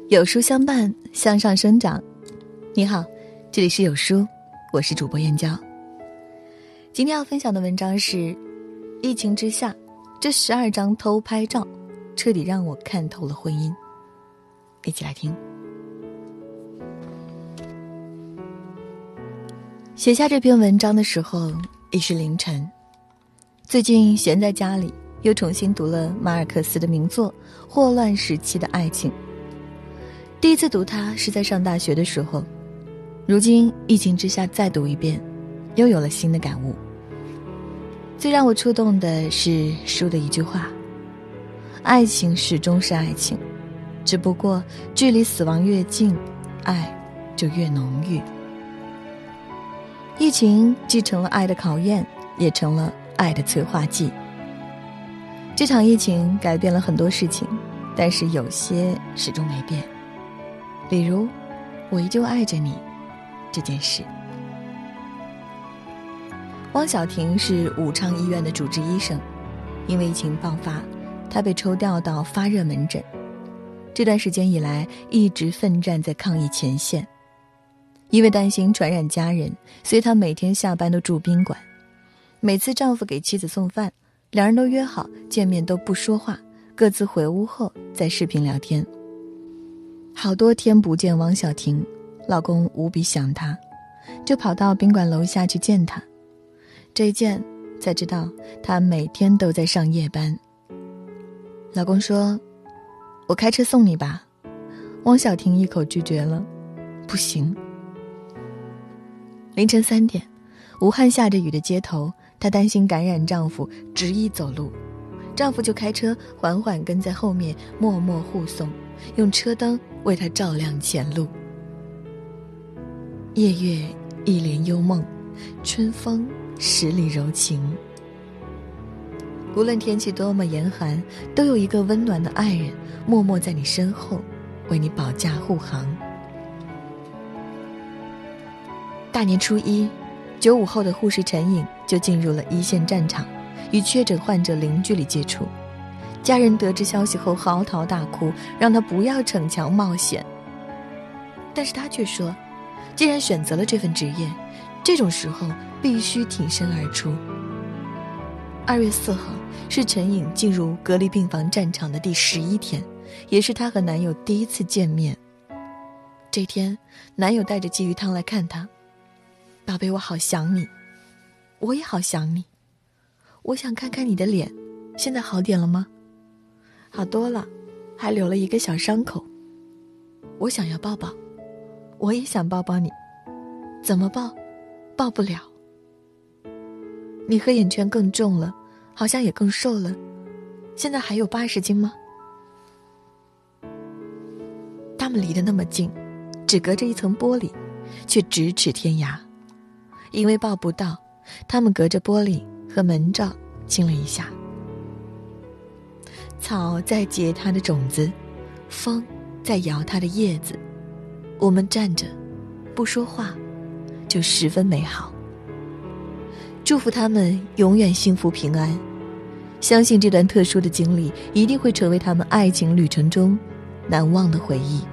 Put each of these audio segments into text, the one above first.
有书相伴，向上生长。你好，这里是有书，我是主播燕娇。今天要分享的文章是疫情之下，这12张偷拍照彻底让我看透了婚姻。一起来听。写下这篇文章的时候已是凌晨，最近闲在家里，又重新读了马尔克斯的名作《霍乱时期的爱情》。第一次读它是在上大学的时候，如今疫情之下再读一遍，又有了新的感悟。最让我触动的是书的一句话：爱情始终是爱情，只不过距离死亡越近，爱就越浓郁。疫情既成了爱的考验，也成了爱的催化剂。这场疫情改变了很多事情，但是有些始终没变，比如我依旧爱着你这件事。汪小婷是武昌医院的主治医生，因为疫情爆发，她被抽调到发热门诊。这段时间以来一直奋战在抗疫前线，因为担心传染家人，所以她每天下班都住宾馆。每次丈夫给妻子送饭，两人都约好见面都不说话，各自回屋后再视频聊天。好多天不见汪小婷，老公无比想她，就跑到宾馆楼下去见她。这一见才知道她每天都在上夜班。老公说：我开车送你吧。汪小婷一口拒绝了，不行。凌晨3点，武汉下着雨的街头，她担心感染丈夫，执意走路，丈夫就开车缓缓跟在后面，默默护送，用车灯为她照亮前路。夜月一帘幽梦，春风十里柔情。无论天气多么严寒，都有一个温暖的爱人默默在你身后，为你保驾护航。大年初一，95后的护士陈颖就进入了一线战场，与确诊患者零距离接触。家人得知消息后嚎啕大哭，让她不要逞强冒险。但是她却说，既然选择了这份职业，这种时候必须挺身而出。2月4号是陈颖进入隔离病房战场的第11天，也是她和男友第一次见面。这天，男友带着鲫鱼汤来看她。宝贝，我好想你。我也好想你。我想看看你的脸，现在好点了吗？好多了，还留了一个小伤口。我想要抱抱。我也想抱抱你。怎么抱？抱不了。你黑眼圈更重了，好像也更瘦了，现在还有80斤吗？他们离得那么近，只隔着一层玻璃，却咫尺天涯。因为抱不到，他们隔着玻璃和门罩亲了一下。草在结它的种子，风在摇它的叶子，我们站着不说话，就十分美好。祝福他们永远幸福平安，相信这段特殊的经历一定会成为他们爱情旅程中难忘的回忆。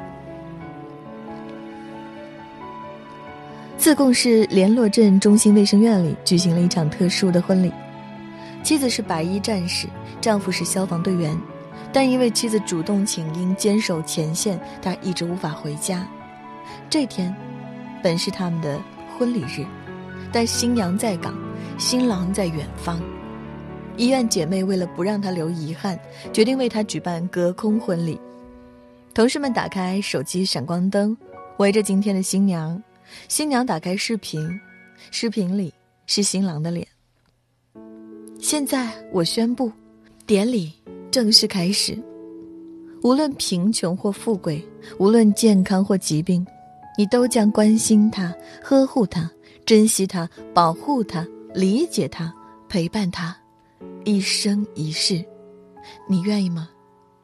自贡市联络镇中心卫生院里举行了一场特殊的婚礼。妻子是白衣战士，丈夫是消防队员，但因为妻子主动请缨坚守前线，他一直无法回家。这天本是他们的婚礼日，但新娘在港，新郎在远方。医院姐妹为了不让他留遗憾，决定为他举办隔空婚礼。同事们打开手机闪光灯，围着今天的新娘。新娘打开视频，视频里是新郎的脸。现在我宣布，典礼正式开始。无论贫穷或富贵，无论健康或疾病，你都将关心他，呵护他，珍惜他，保护他，理解他，陪伴他，一生一世。你愿意吗？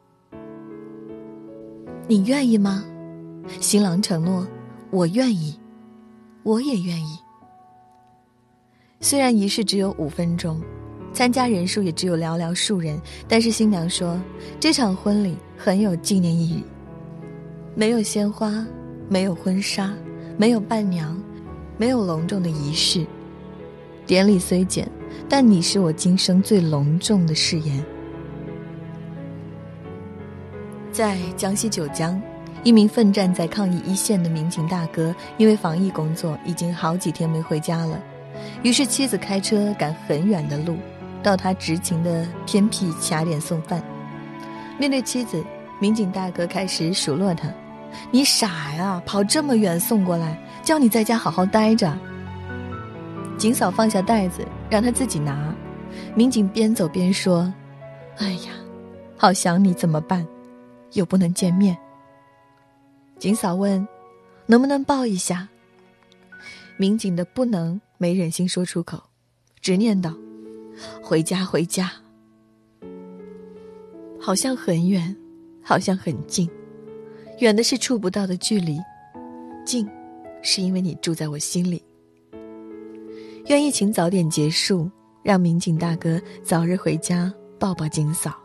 你愿意吗？新郎承诺，我愿意，我也愿意。虽然仪式只有5分钟，参加人数也只有寥寥数人，但是新娘说这场婚礼很有纪念意义。 没有鲜花，没有婚纱，没有伴娘，没有隆重的仪式。典礼虽简，但你是我今生最隆重的誓言。在江西九江，一名奋战在抗疫一线的民警大哥，因为防疫工作已经好几天没回家了，于是妻子开车赶很远的路，到他执勤的偏僻卡点送饭。面对妻子，民警大哥开始数落他：你傻呀，跑这么远送过来，叫你在家好好待着。警嫂放下袋子，让他自己拿。民警边走边说：哎呀，好想你怎么办？又不能见面。警嫂问：能不能抱一下？民警的不能没忍心说出口，只念道：回家回家。好像很远，好像很近，远的是触不到的距离，近是因为你住在我心里。愿疫情早点结束，让民警大哥早日回家抱抱警嫂。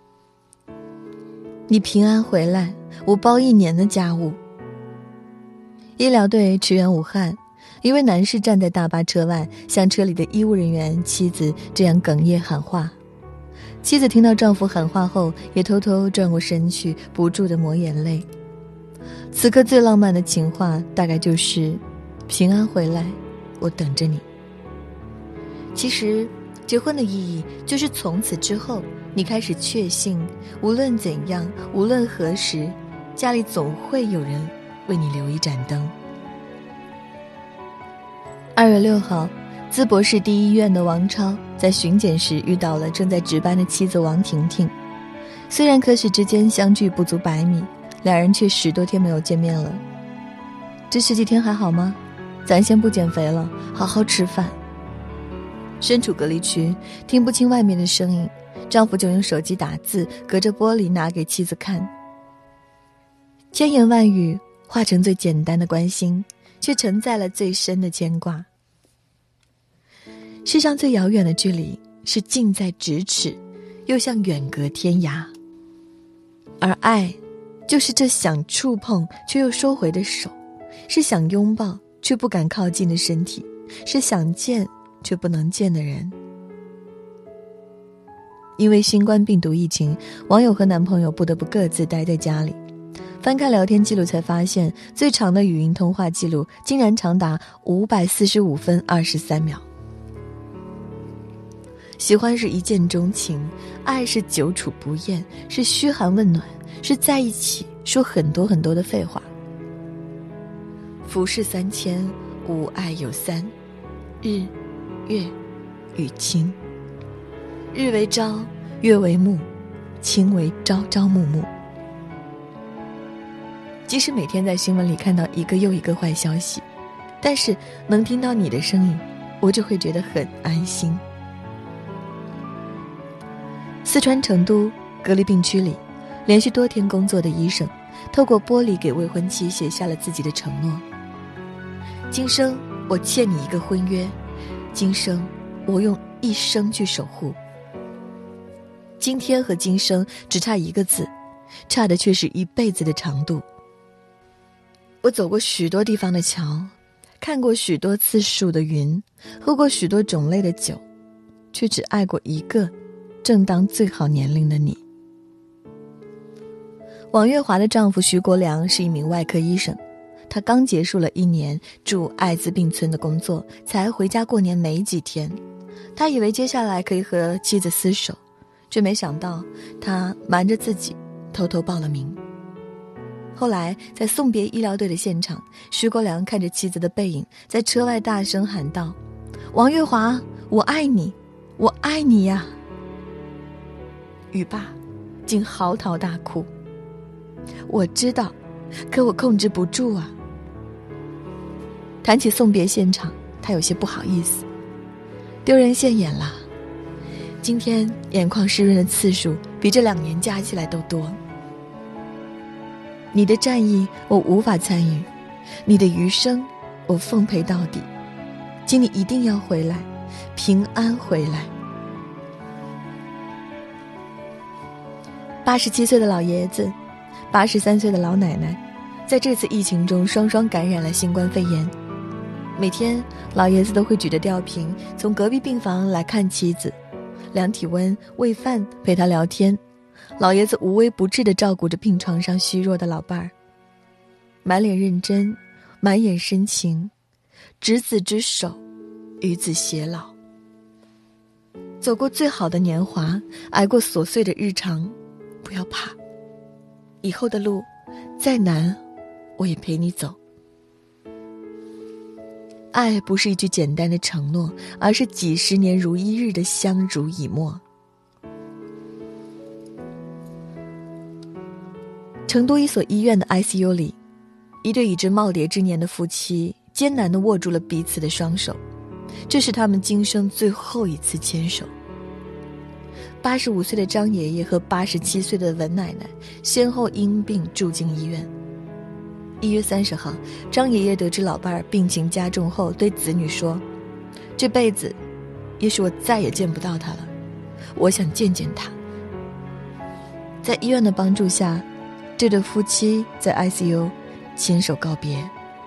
你平安回来，我包1年的家务。医疗队驰援武汉，一位男士站在大巴车外，向车里的医务人员妻子这样哽咽喊话。妻子听到丈夫喊话后，也偷偷转过身去，不住地抹眼泪。此刻最浪漫的情话大概就是平安回来，我等着你。其实结婚的意义就是从此之后，你开始确信无论怎样，无论何时，家里总会有人为你留一盏灯。2月6号，淄博市第一医院的王超在巡检时遇到了正在值班的妻子王婷婷。虽然科室之间相距不足100米，两人却10多天没有见面了。这10几天还好吗？咱先不减肥了，好好吃饭。身处隔离区，听不清外面的声音，丈夫就用手机打字，隔着玻璃拿给妻子看。千言万语化成最简单的关心，却承载了最深的牵挂。世上最遥远的距离是近在咫尺，又像远隔天涯。而爱就是这想触碰却又收回的手，是想拥抱却不敢靠近的身体，是想见却不能见的人。因为新冠病毒疫情，网友和男朋友不得不各自待在家里。翻看聊天记录才发现，最长的语音通话记录竟然长达545分23秒。喜欢是一见钟情，爱是久处不厌，是嘘寒问暖，是在一起说很多很多的废话。浮世3000，吾爱有3：日、月与卿。日为朝，月为暮，卿为朝朝暮暮。即使每天在新闻里看到一个又一个坏消息，但是能听到你的声音，我就会觉得很安心。四川成都隔离病区里，连续多天工作的医生透过玻璃给未婚妻写下了自己的承诺：今生我欠你一个婚约，今生我用一生去守护。今天和今生只差一个字，差的却是一辈子的长度。我走过许多地方的桥，看过许多次数的云，喝过许多种类的酒，却只爱过一个正当最好年龄的你。王月华的丈夫徐国良是一名外科医生，他刚结束了1年驻艾滋病村的工作，才回家过年没几天。他以为接下来可以和妻子厮守，却没想到他瞒着自己偷偷报了名。后来在送别医疗队的现场，徐国良看着妻子的背影，在车外大声喊道：王月华，我爱你，我爱你呀！语罢竟嚎啕大哭。我知道，可我控制不住啊。谈起送别现场，他有些不好意思，丢人现眼了。今天眼眶湿润的次数比这2年加起来都多。你的战役我无法参与，你的余生我奉陪到底，请你一定要回来，平安回来。87岁的老爷子，83岁的老奶奶， 在这次疫情中双双感染了新冠肺炎。每天老爷子都会举着吊瓶从隔壁病房来看妻子，量体温、喂饭、陪他聊天。老爷子无微不至地照顾着病床上虚弱的老伴儿，满脸认真，满眼深情，执子之手，与子偕老。走过最好的年华，挨过琐碎的日常，不要怕，以后的路再难，我也陪你走。爱不是一句简单的承诺，而是几十年如一日的相濡以沫。成都一所医院的 ICU 里，一对已至耄耋之年的夫妻艰难地握住了彼此的双手，这是他们今生最后一次牵手。85岁的张爷爷和87岁的文奶奶先后因病住进医院。1月30号，张爷爷得知老伴儿病情加重后，对子女说：“这辈子，也许我再也见不到他了，我想见见他。”在医院的帮助下，这对夫妻在 ICU 牵手告别。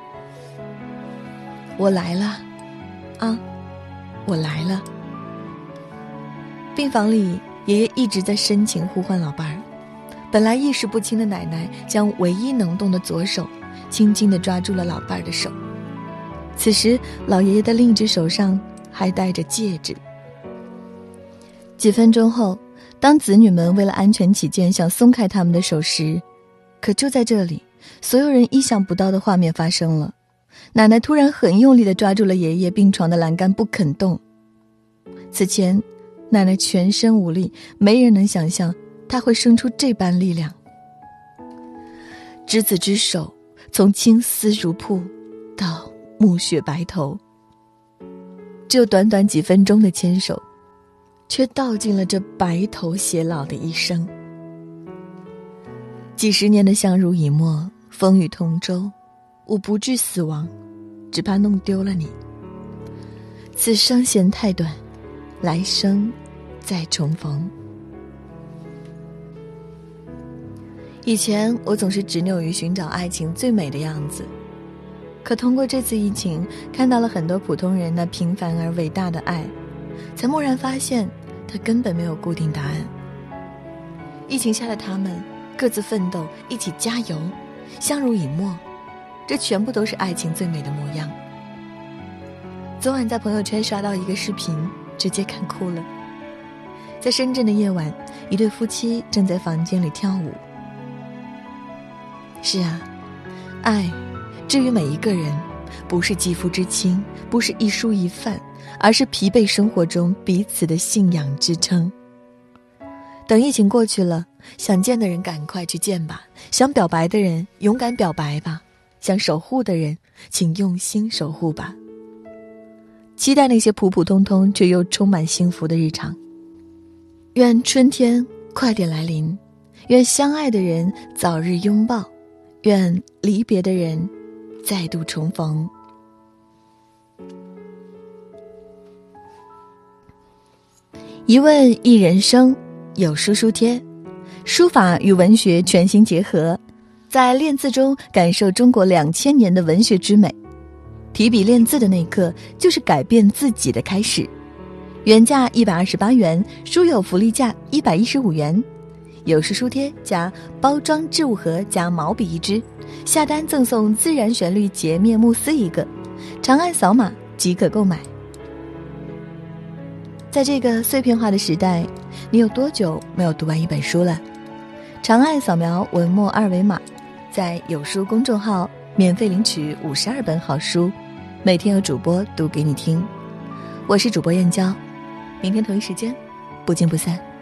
我来了，啊，我来了。病房里，爷爷一直在深情呼唤老伴儿。本来意识不清的奶奶将唯一能动的左手轻轻地抓住了老伴儿的手。此时老爷爷的另一只手上还戴着戒指。几分钟后，当子女们为了安全起见想松开他们的手时，可就在这里，所有人意想不到的画面发生了。奶奶突然很用力地抓住了爷爷病床的栏杆不肯动。此前奶奶全身无力，没人能想象她会生出这般力量。执子之手，从青丝如瀑到暮雪白头，只有短短几分钟的牵手，却道尽了这白头偕老的一生。几十年的相濡以沫，风雨同舟，我不惧死亡，只怕弄丢了你。此生嫌太短，来生再重逢。以前我总是执拗于寻找爱情最美的样子，可通过这次疫情，看到了很多普通人那平凡而伟大的爱，才蓦然发现它根本没有固定答案。疫情下的他们各自奋斗，一起加油，相濡以沫，这全部都是爱情最美的模样。昨晚在朋友圈刷到一个视频，直接看哭了。在深圳的夜晚，一对夫妻正在房间里跳舞。是啊，爱至于每一个人，不是肌肤之亲，不是一蔬一饭，而是疲惫生活中彼此的信仰支撑。等疫情过去了，想见的人赶快去见吧，想表白的人勇敢表白吧，想守护的人请用心守护吧。期待那些普普通通却又充满幸福的日常。愿春天快点来临，愿相爱的人早日拥抱，愿离别的人再度重逢。一问一人生，有书书贴，书法与文学全新结合，在练字中感受中国2000年的文学之美。提笔练字的那一刻，就是改变自己的开始。原价128元，书友福利价115元，有书书贴加包装置物盒加毛笔一支，下单赠送自然旋律洁面慕斯一个，长按扫码即可购买。在这个碎片化的时代，你有多久没有读完一本书了？长按扫描文末二维码，在有书公众号免费领取52本好书，每天有主播读给你听。我是主播燕娇，明天同一时间不见不散。